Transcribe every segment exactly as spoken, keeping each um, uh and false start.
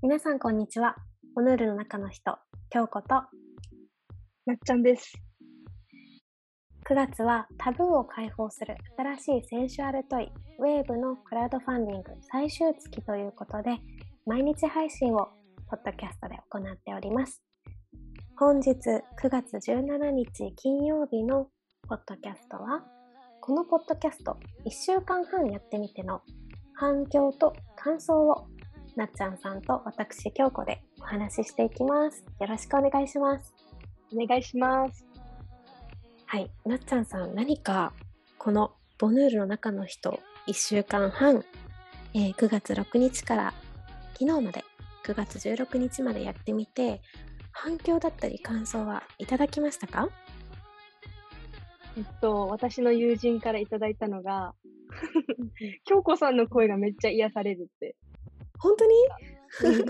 皆さんこんにちは。ボヌールの中の人、京子となっちゃんです。 くがつはタブーを解放する新しいセンシュアルトイ、ウェーブのクラウドファンディング最終月ということで、毎日配信をポッドキャストで行っております。本日くがつじゅうしちにち金曜日のポッドキャストは、このポッドキャストいっしゅうかんはんやってみての反響と感想をなっちゃんさんと私京子でお話ししていきます。よろしくお願いします。 お願いします。 はい、なっちゃんさん、何かこのボヌールの中の人いっしゅうかんはん、えー、くがつろくにちから昨日までくがつじゅうろくにちまでやってみて、反響だったり感想はいただきましたか？ えっと、私の友人からいただいたのが、京子さんの声がめっちゃ癒されるって。 本当に？ うん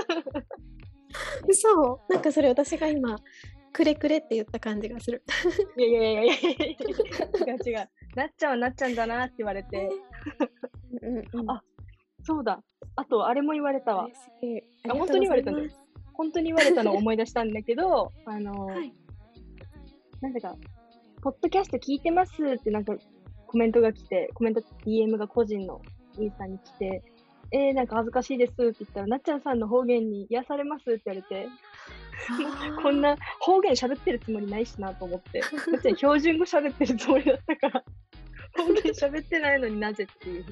嘘？なんかそれ私が今くれくれって言った感じがする。 いやいやいやいやいや違う違う。なっちゃんはなっちゃんだなって言われて。 うんうんうん、 あ、そうだ。あと、あれも言われたわ。 嬉しい。ああ、本りがとうご当に言われたんだよ。 ざいます。 本当に言われたのを思い出したんだけど、あの、 はい。 なんだか、ポッドキャスト聞いてますってなんかコメントが来て、コメント、ディーエム が個人のインスタに来て、えー、なんか恥ずかしいですって言ったら、なっちゃんさんの方言に癒されますって言われて、こんな方言喋ってるつもりないしなと思って、なっちゃん標準語喋ってるつもりだったから、方言喋ってないのになぜっていう。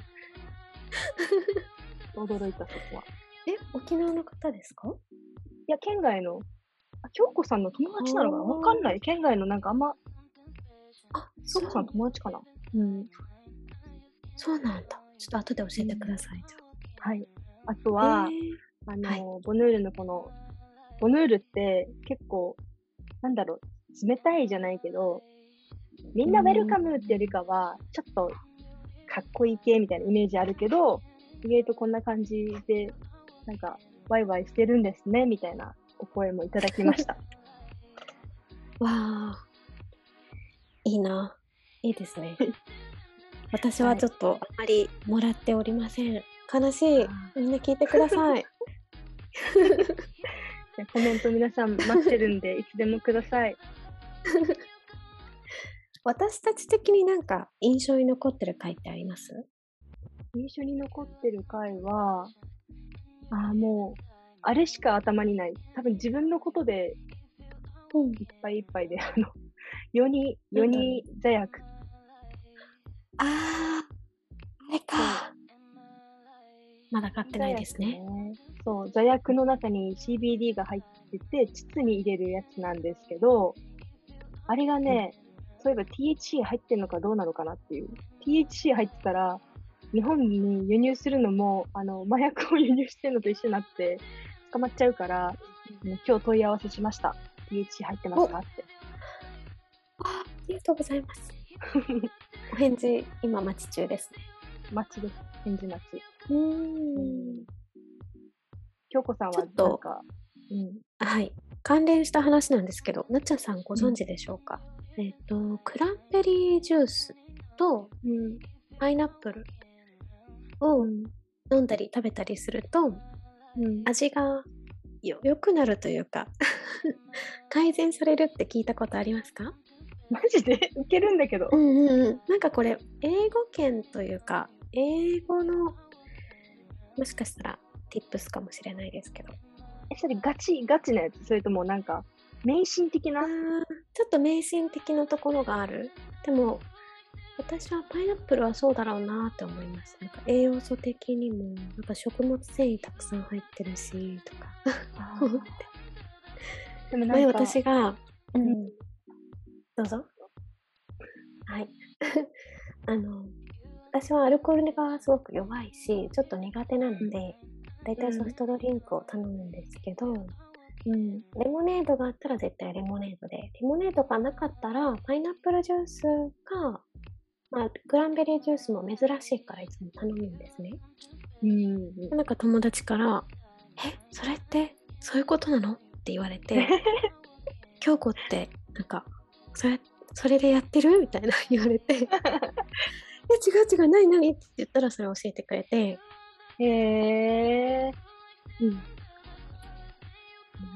驚いた、そこは。 え、沖縄の方ですか？ いや、県外の、あ、京子さんの友達なのかなわかんない。県外のなんかあんま、 あ、 京子さんの友達かなうん。 そうなんだ。ちょっと後で教えてください。じゃはい。あとあ。 は、 えー、 あの、 はい。 ボヌールのこの、ボヌールって結構、なんだろう、冷たいじゃないけど、みんなウェルカムってよりかは、ちょっとかっこいい系みたいなイメージあるけど、意外とこんな感じで、なんか、ワイワイしてるんですね、みたいなお声もいただきました。 わあ、いいな。いいですね。私はちょっとあまりもらっておりません。悲しい。みんな聞いてください。 じゃあコメント皆さん待ってるんで、いつでもください。 私たち的になんか印象に残ってる回ってあります？ 印象に残ってる回は、ああ、もう、あれしか頭にない。多分自分のことでうん。 いっぱいいっぱいで、あの、世に、世に座薬。 ああ、あれか。まだ買ってないですね。 ねそう、座薬の中に シービーディー が入ってて、膣に入れるやつなんですけど、あれがね、うん、そういえば ティーエイチシー 入ってんのかどうなのかなっていう。ティーエイチシー 入ってたら、日本に輸入するのも、あの、麻薬を輸入してるのと一緒になって、捕まっちゃうから、うん、今日問い合わせしました。ティーエイチシー 入ってますかって。 あ、ありがとうございます。お返事、今待ち中ですね。 待ちです。返事待ち。 うーん。 京子さんはなんか、うん、 はい。関連した話なんですけど、なっちゃんさんご存知でしょうか？うん、えっと、クランベリージュースとパイナップルを飲んだり食べたりすると、うん、味がよ良くなるというか改善されるって聞いたことありますか？ マジでいけるんだけど。 うんうんうん。なんかこれ、英語圏というか、英語の、もしかしたら tips かもしれないですけど。 え、それガチ、ガチなやつ？それともなんか、迷信的な？ あちょっと迷信的なところがある。でも、私はパイナップルはそうだろうなって思います。なんか栄養素的にも、なんか食物繊維たくさん入ってるし、とか思って。でもなんか前私が、うん、どうぞ。はい。あの、私はアルコールがすごく弱いし、ちょっと苦手なので、だいたいソフトドリンクを頼むんですけど、うん、レモネードがあったら絶対レモネードで、レモネードがなかったらパイナップルジュースか、まあ、クランベリージュースも珍しいからいつも頼むんですね。うん、なんか友達から、え、それってそういうことなのって言われて、京子ってなんか、それ、それでやってるみたいな言われて、え、違う違う、何何って言ったらそれ教えてくれて、 へえー。 うん。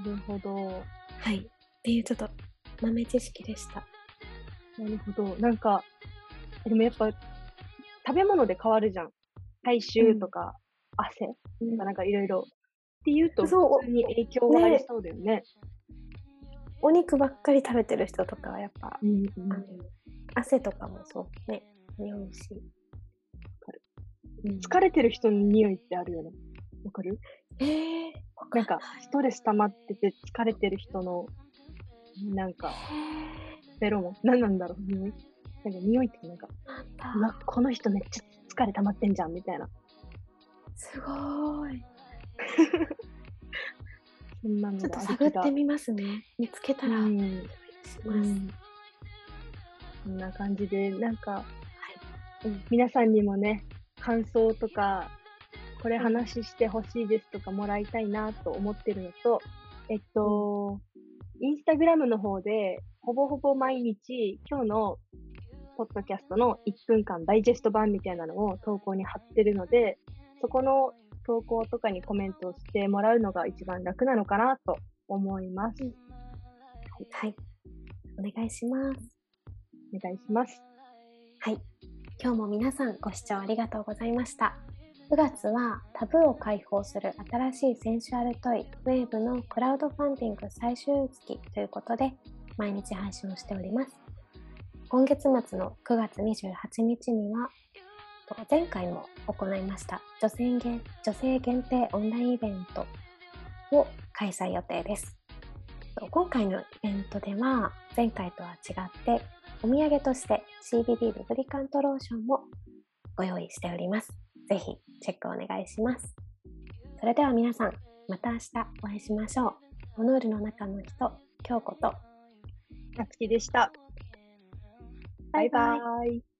なるほど。 はい。っていうちょっと豆知識でした。 なるほど。なんか、でもやっぱ、食べ物で変わるじゃん。体臭とか、汗とうんかなんかいろいろ。っていうと、 そう普通に影響がありね、 そうだよね。 お肉ばっかり食べてる人とかはやっぱ、 うんうん。 あの汗とかもそうね、匂うし。うん疲れてる人の匂いってあるよね。わかる？ えー、わかなんか、 んない。 ストレス溜まってて疲れてる人の、なんか、フェロモン。何なんだろう、匂い。なんか匂いってなんか、 なんだ。 うわ、この人めっちゃ疲れ溜まってんじゃん、みたいな。 すごーい。 そんなのちょっとがある気が。 探ってみますね。見つけたら、 うん。 します。 うん。こんな感じで、なんか、 はい。うん。 皆さんにもね、感想とか、これうん話してほしいですとかもらいたいなと思ってるのと、えっと、インスタグラムの方で、ほぼほぼ毎日、今日のポッドキャストのいっぷんかんダイジェスト版みたいなのを投稿に貼ってるので、そこの投稿とかにコメントをしてもらうのが一番楽なのかなと思います。 うんはい。お願いします。 お願いします。 はい。今日も皆さんご視聴ありがとうございました。くがつはタブーを解放する新しいセンシュアルトイウェーブのクラウドファンディング最終月ということで毎日配信をしております。今月末のくがつにじゅうはちにちには前回も行いました女性限、女性限定オンラインイベントを開催予定です。今回のイベントでは前回とは違ってお土産として シービーディー ルブリカントローションもご用意しております。ぜひチェックお願いします。それでは皆さん、また明日お会いしましょう。モノールの中の人、京子となつきでした。バイバーイ。